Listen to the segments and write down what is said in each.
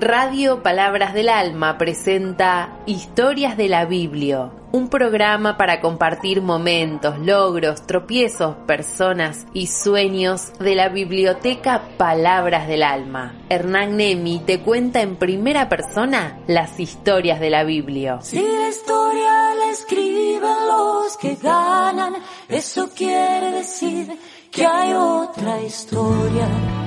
Radio Palabras del Alma presenta Historias de la Biblia, un programa para compartir momentos, logros, tropiezos, personas y sueños de la biblioteca Palabras del Alma. Hernán Nemi te cuenta en primera persona las historias de la Biblia. Si la historia la escriben los que ganan, eso quiere decir que hay otra historia.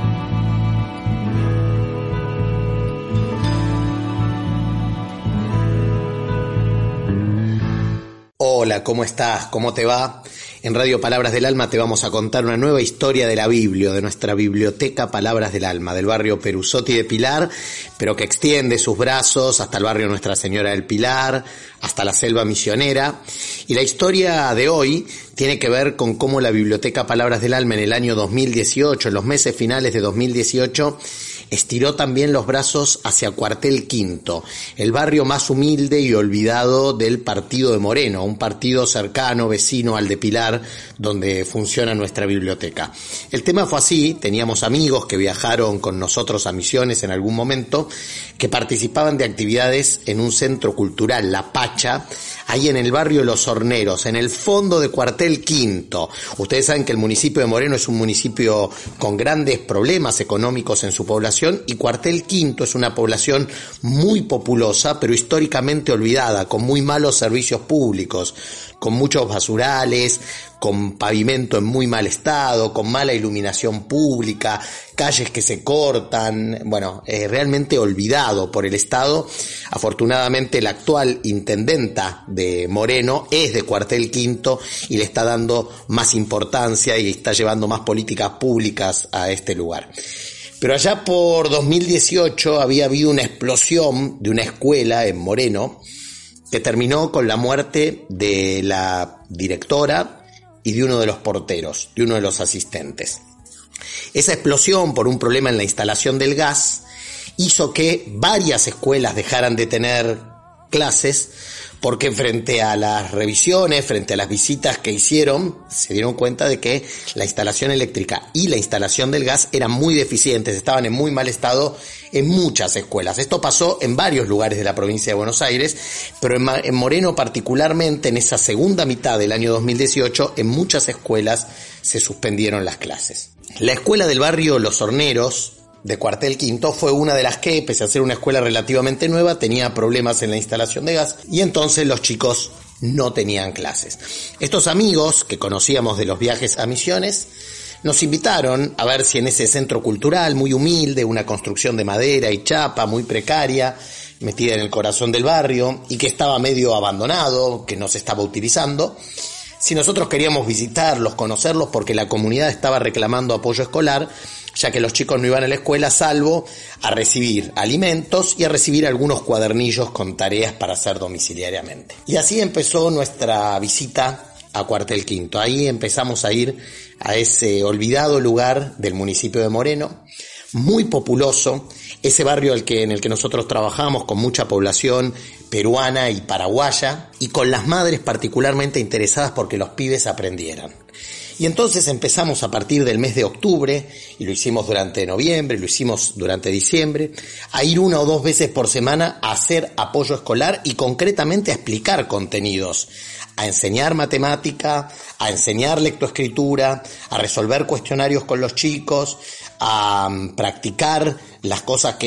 Hola, ¿cómo estás? ¿Cómo te va? En Radio Palabras del Alma te vamos a contar una nueva historia de la Biblia, de nuestra biblioteca Palabras del Alma, del barrio Perusotti de Pilar, pero que extiende sus brazos hasta el barrio Nuestra Señora del Pilar, hasta la selva misionera. Y la historia de hoy tiene que ver con cómo la biblioteca Palabras del Alma en el año 2018, en los meses finales de 2018, estiró también los brazos hacia Cuartel Quinto, el barrio más humilde y olvidado del partido de Moreno, un partido cercano, vecino al de Pilar, donde funciona nuestra biblioteca. El tema fue así: teníamos amigos que viajaron con nosotros a Misiones en algún momento, que participaban de actividades en un centro cultural, La Pacha, ahí en el barrio Los Horneros, en el fondo de Cuartel Quinto. Ustedes saben que el municipio de Moreno es un municipio con grandes problemas económicos en su población, y Cuartel Quinto es una población muy populosa, pero históricamente olvidada, con muy malos servicios públicos, con muchos basurales, con pavimento en muy mal estado, con mala iluminación pública, calles que se cortan, realmente olvidado por el Estado. Afortunadamente la actual intendenta de Moreno es de Cuartel Quinto y le está dando más importancia y está llevando más políticas públicas a este lugar. Pero allá por 2018 había habido una explosión de una escuela en Moreno que terminó con la muerte de la directora y de uno de los porteros, de uno de los asistentes. Esa explosión, por un problema en la instalación del gas, hizo que varias escuelas dejaran de tener clases, porque frente a las revisiones, frente a las visitas que hicieron, se dieron cuenta de que la instalación eléctrica y la instalación del gas eran muy deficientes, estaban en muy mal estado en muchas escuelas. Esto pasó en varios lugares de la provincia de Buenos Aires, pero en Moreno particularmente, en esa segunda mitad del año 2018, en muchas escuelas se suspendieron las clases. La escuela del barrio Los Horneros de Cuartel Quinto fue una de las que, pese a ser una escuela relativamente nueva, tenía problemas en la instalación de gas y entonces los chicos no tenían clases. Estos amigos que conocíamos de los viajes a Misiones nos invitaron a ver si en ese centro cultural muy humilde, una construcción de madera y chapa muy precaria, metida en el corazón del barrio y que estaba medio abandonado, que no se estaba utilizando, si nosotros queríamos visitarlos, conocerlos, porque la comunidad estaba reclamando apoyo escolar, ya que los chicos no iban a la escuela salvo a recibir alimentos y a recibir algunos cuadernillos con tareas para hacer domiciliariamente. Y así empezó nuestra visita a Cuartel Quinto. Ahí empezamos a ir a ese olvidado lugar del municipio de Moreno, muy populoso, ese barrio en el que nosotros trabajamos, con mucha población peruana y paraguaya, y con las madres particularmente interesadas porque los pibes aprendieran. Y entonces empezamos a partir del mes de octubre, y lo hicimos durante noviembre, lo hicimos durante diciembre, a ir 1 o 2 veces por semana a hacer apoyo escolar y concretamente a explicar contenidos, a enseñar matemática, a enseñar lectoescritura, a resolver cuestionarios con los chicos, a practicar los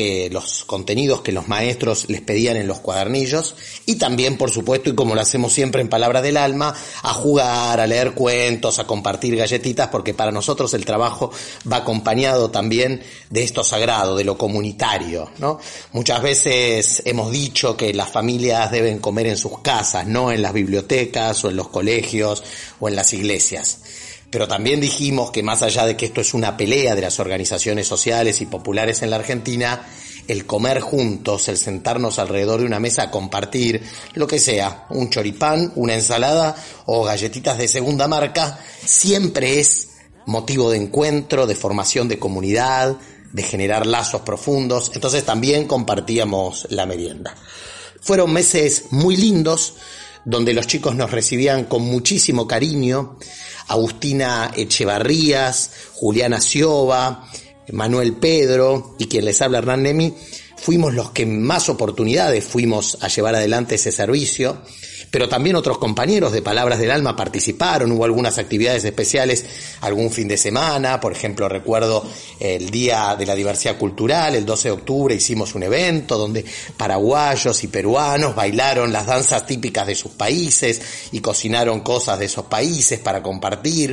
contenidos que los maestros les pedían en los cuadernillos, y también, por supuesto, y como lo hacemos siempre en Palabras del Alma, a jugar, a leer cuentos, a compartir galletitas, porque para nosotros el trabajo va acompañado también de esto sagrado, de lo comunitario, ¿no? Muchas veces hemos dicho que las familias deben comer en sus casas, no en las bibliotecas o en los colegios o en las iglesias. Pero también dijimos que más allá de que esto es una pelea de las organizaciones sociales y populares en la Argentina, el comer juntos, el sentarnos alrededor de una mesa a compartir lo que sea, un choripán, una ensalada o galletitas de segunda marca, siempre es motivo de encuentro, de formación de comunidad, de generar lazos profundos. Entonces también compartíamos la merienda. Fueron meses muy lindos, donde los chicos nos recibían con muchísimo cariño. Agustina Echevarrías, Juliana Cioba, Manuel Pedro y quien les habla, Hernán Nemi, fuimos los que más oportunidades fuimos a llevar adelante ese servicio, pero también otros compañeros de Palabras del Alma participaron, hubo algunas actividades especiales algún fin de semana, por ejemplo recuerdo el Día de la Diversidad Cultural, el 12 de octubre hicimos un evento donde paraguayos y peruanos bailaron las danzas típicas de sus países y cocinaron cosas de esos países para compartir.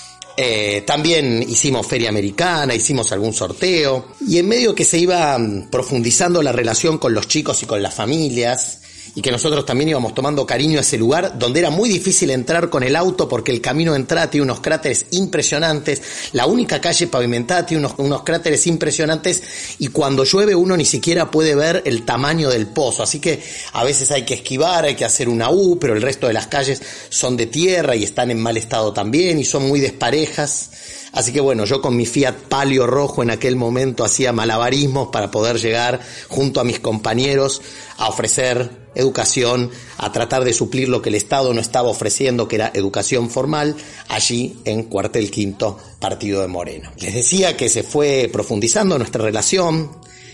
También hicimos feria americana, hicimos algún sorteo y en medio que se iba profundizando la relación con los chicos y con las familias y que nosotros también íbamos tomando cariño a ese lugar donde era muy difícil entrar con el auto porque el camino de entrada tiene unos cráteres impresionantes, la única calle pavimentada tiene unos cráteres impresionantes y cuando llueve uno ni siquiera puede ver el tamaño del pozo, así que a veces hay que esquivar, hay que hacer una U, pero el resto de las calles son de tierra y están en mal estado también y son muy desparejas. Así que bueno, yo con mi Fiat Palio rojo en aquel momento hacía malabarismos para poder llegar junto a mis compañeros a ofrecer educación, a tratar de suplir lo que el Estado no estaba ofreciendo, que era educación formal, allí en Cuartel Quinto, partido de Moreno. Les decía que se fue profundizando nuestra relación,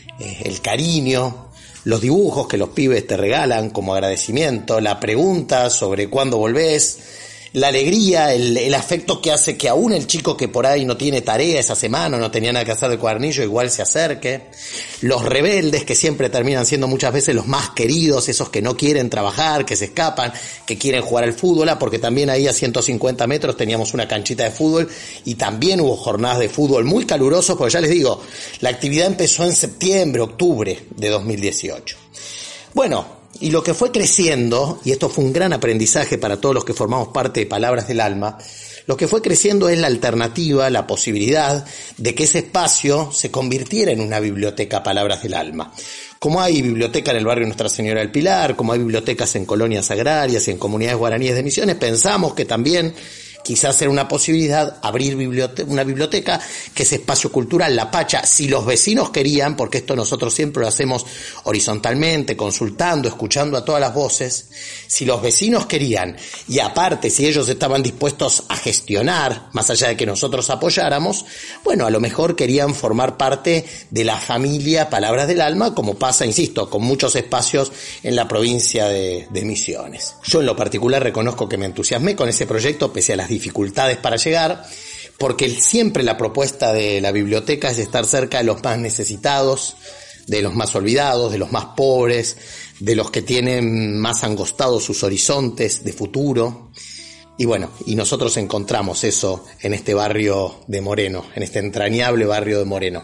el cariño, los dibujos que los pibes te regalan como agradecimiento, la pregunta sobre cuándo volvés, la alegría, el afecto que hace que aún el chico que por ahí no tiene tarea esa semana, no tenía nada que hacer de cuadernillo, igual se acerque. Los rebeldes que siempre terminan siendo muchas veces los más queridos, esos que no quieren trabajar, que se escapan, que quieren jugar al fútbol, porque también ahí a 150 metros teníamos una canchita de fútbol y también hubo jornadas de fútbol muy calurosos, porque ya les digo, la actividad empezó en septiembre, octubre de 2018. Bueno, y lo que fue creciendo, y esto fue un gran aprendizaje para todos los que formamos parte de Palabras del Alma, lo que fue creciendo es la alternativa, la posibilidad de que ese espacio se convirtiera en una biblioteca Palabras del Alma. Como hay biblioteca en el barrio Nuestra Señora del Pilar, como hay bibliotecas en colonias agrarias y en comunidades guaraníes de Misiones, pensamos que también quizás era una posibilidad abrir una biblioteca, que es espacio cultural, La Pacha, si los vecinos querían, porque esto nosotros siempre lo hacemos horizontalmente, consultando, escuchando a todas las voces, si los vecinos querían, y aparte si ellos estaban dispuestos a gestionar, más allá de que nosotros apoyáramos, bueno, a lo mejor querían formar parte de la familia Palabras del Alma, como pasa, insisto, con muchos espacios en la provincia de Misiones. Yo en lo particular reconozco que me entusiasmé con ese proyecto, pese a las dificultades para llegar, porque siempre la propuesta de la biblioteca es estar cerca de los más necesitados, de los más olvidados, de los más pobres, de los que tienen más angostados sus horizontes de futuro. Y bueno, y nosotros encontramos eso en este barrio de Moreno, en este entrañable barrio de Moreno.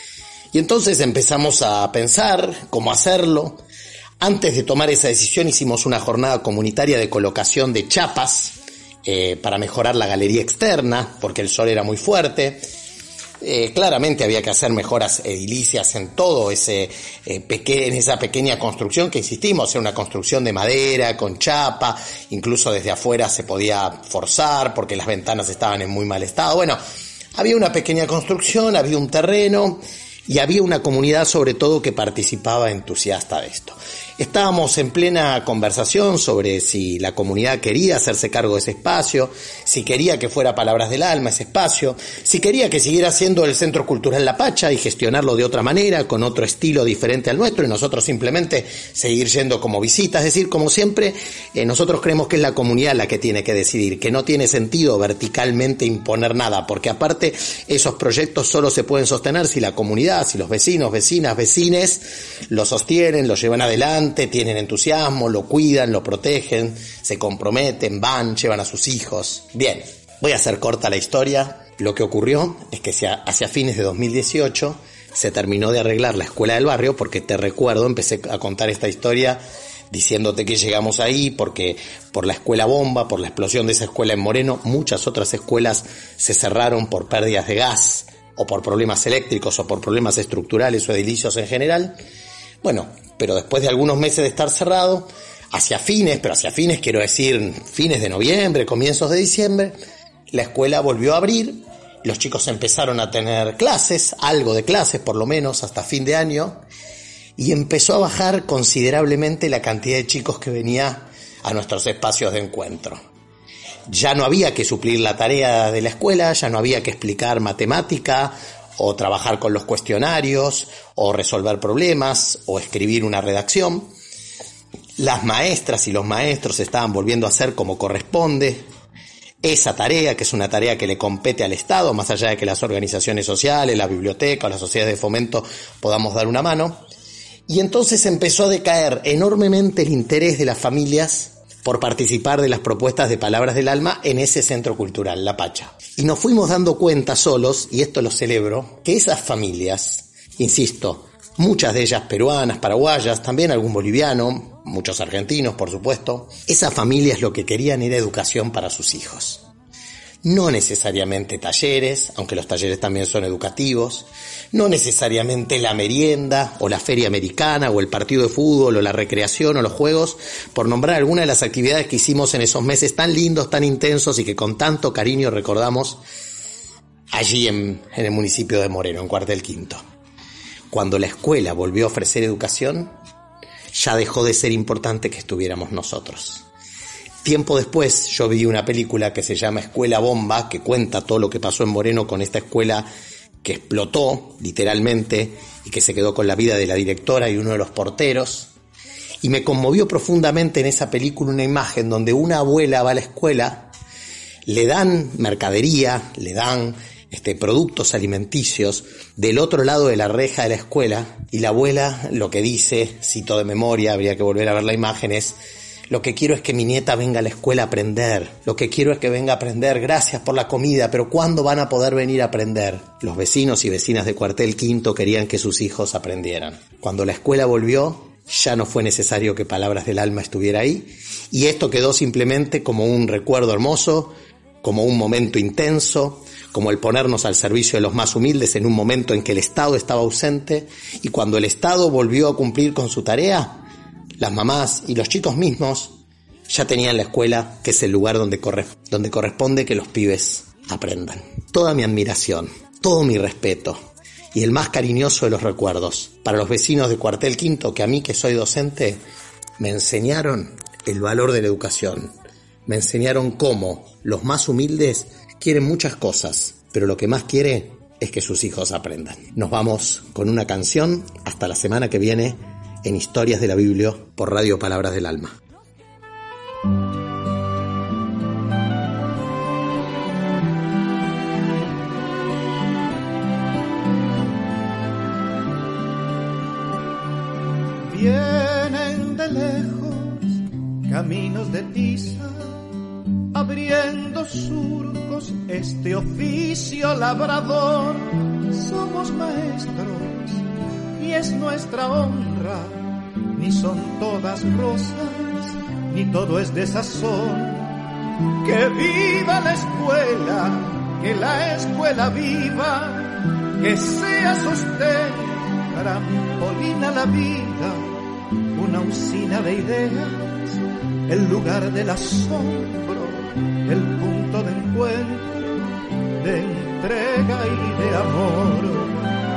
Y entonces empezamos a pensar cómo hacerlo. Antes de tomar esa decisión hicimos una jornada comunitaria de colocación de chapas, para mejorar la galería externa, porque el sol era muy fuerte. Claramente había que hacer mejoras edilicias en todo en esa pequeña construcción que insistimos, era una construcción de madera, con chapa, incluso desde afuera se podía forzar porque las ventanas estaban en muy mal estado. Bueno, había una pequeña construcción, había un terreno y había una comunidad sobre todo que participaba entusiasta de esto. Estábamos en plena conversación sobre si la comunidad quería hacerse cargo de ese espacio, si quería que fuera Palabras del Alma ese espacio, si quería que siguiera siendo el Centro Cultural La Pacha y gestionarlo de otra manera, con otro estilo diferente al nuestro, y nosotros simplemente seguir yendo como visita. Es decir, como siempre, nosotros creemos que es la comunidad la que tiene que decidir, que no tiene sentido verticalmente imponer nada, porque aparte esos proyectos solo se pueden sostener si la comunidad, si los vecinos, vecinas, vecines lo sostienen, lo llevan adelante, tienen entusiasmo, lo cuidan, lo protegen, se comprometen, van, llevan a sus hijos. Bien, voy a hacer corta la historia. Lo que ocurrió es que hacia fines de 2018 se terminó de arreglar la escuela del barrio, porque te recuerdo, empecé a contar esta historia diciéndote que llegamos ahí porque por la escuela bomba, por la explosión de esa escuela en Moreno, muchas otras escuelas se cerraron por pérdidas de gas o por problemas eléctricos o por problemas estructurales o edilicios en general. Bueno, pero después de algunos meses de estar cerrado, hacia fines quiero decir fines de noviembre, comienzos de diciembre, la escuela volvió a abrir, los chicos empezaron a tener clases, algo de clases por lo menos hasta fin de año, y empezó a bajar considerablemente la cantidad de chicos que venía a nuestros espacios de encuentro. Ya no había que suplir la tarea de la escuela, ya no había que explicar matemática o trabajar con los cuestionarios, o resolver problemas, o escribir una redacción. Las maestras y los maestros estaban volviendo a hacer como corresponde esa tarea, que es una tarea que le compete al Estado, más allá de que las organizaciones sociales, la biblioteca o las sociedades de fomento podamos dar una mano. Y entonces empezó a decaer enormemente el interés de las familias por participar de las propuestas de Palabras del Alma en ese centro cultural, La Pacha. Y nos fuimos dando cuenta solos, y esto lo celebro, que esas familias, insisto, muchas de ellas peruanas, paraguayas, también algún boliviano, muchos argentinos, por supuesto, esas familias lo que querían era educación para sus hijos. No necesariamente talleres, aunque los talleres también son educativos, no necesariamente la merienda o la feria americana o el partido de fútbol o la recreación o los juegos, por nombrar algunas de las actividades que hicimos en esos meses tan lindos, tan intensos y que con tanto cariño recordamos allí en el municipio de Moreno, en Cuartel Quinto. Cuando la escuela volvió a ofrecer educación, ya dejó de ser importante que estuviéramos nosotros. Tiempo después yo vi una película que se llama Escuela Bomba, que cuenta todo lo que pasó en Moreno con esta escuela que explotó literalmente y que se quedó con la vida de la directora y uno de los porteros. Y me conmovió profundamente en esa película una imagen donde una abuela va a la escuela, le dan mercadería, le dan productos alimenticios del otro lado de la reja de la escuela, y la abuela lo que dice, cito de memoria, habría que volver a ver la imagen, es: lo que quiero es que mi nieta venga a la escuela a aprender, lo que quiero es que venga a aprender, gracias por la comida, pero ¿cuándo van a poder venir a aprender? Los vecinos y vecinas de Cuartel Quinto querían que sus hijos aprendieran. Cuando la escuela volvió, ya no fue necesario que Palabras del Alma estuviera ahí, y esto quedó simplemente como un recuerdo hermoso, como un momento intenso, como el ponernos al servicio de los más humildes en un momento en que el Estado estaba ausente, y cuando el Estado volvió a cumplir con su tarea, las mamás y los chicos mismos ya tenían la escuela, que es el lugar donde corresponde que los pibes aprendan. Toda mi admiración, todo mi respeto y el más cariñoso de los recuerdos para los vecinos de Cuartel Quinto, que a mí, que soy docente, me enseñaron el valor de la educación. Me enseñaron cómo los más humildes quieren muchas cosas, pero lo que más quiere es que sus hijos aprendan. Nos vamos con una canción hasta la semana que viene en Historias de la Biblia por Radio Palabras del Alma. Vienen de lejos caminos de tiza, abriendo surcos este oficio labrador. Somos maestros y es nuestra honra, ni son todas rosas, ni todo es de sazón. Que viva la escuela, que la escuela viva, que sea sostén, trampolín a la vida, una usina de ideas, el lugar del asombro, el punto de encuentro, de entrega y de amor.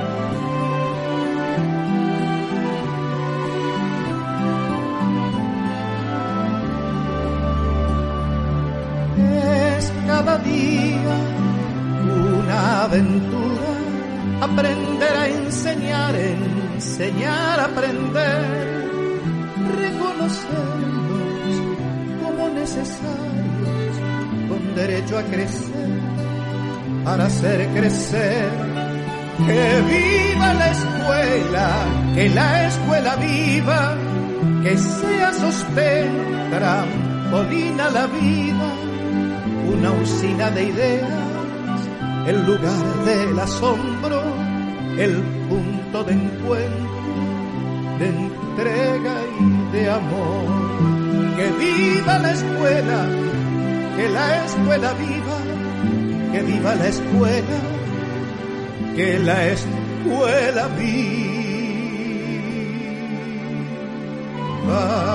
Es cada día una aventura, aprender a enseñar, enseñar a aprender, reconocernos como necesarios, con derecho a crecer, para hacer crecer. Que viva la escuela, que la escuela viva, que sea sostén, trampolín a la vida, una usina de ideas, el lugar del asombro, el punto de encuentro, de entrega y de amor. Que viva la escuela, que la escuela viva, que viva la escuela, que la escuela viva.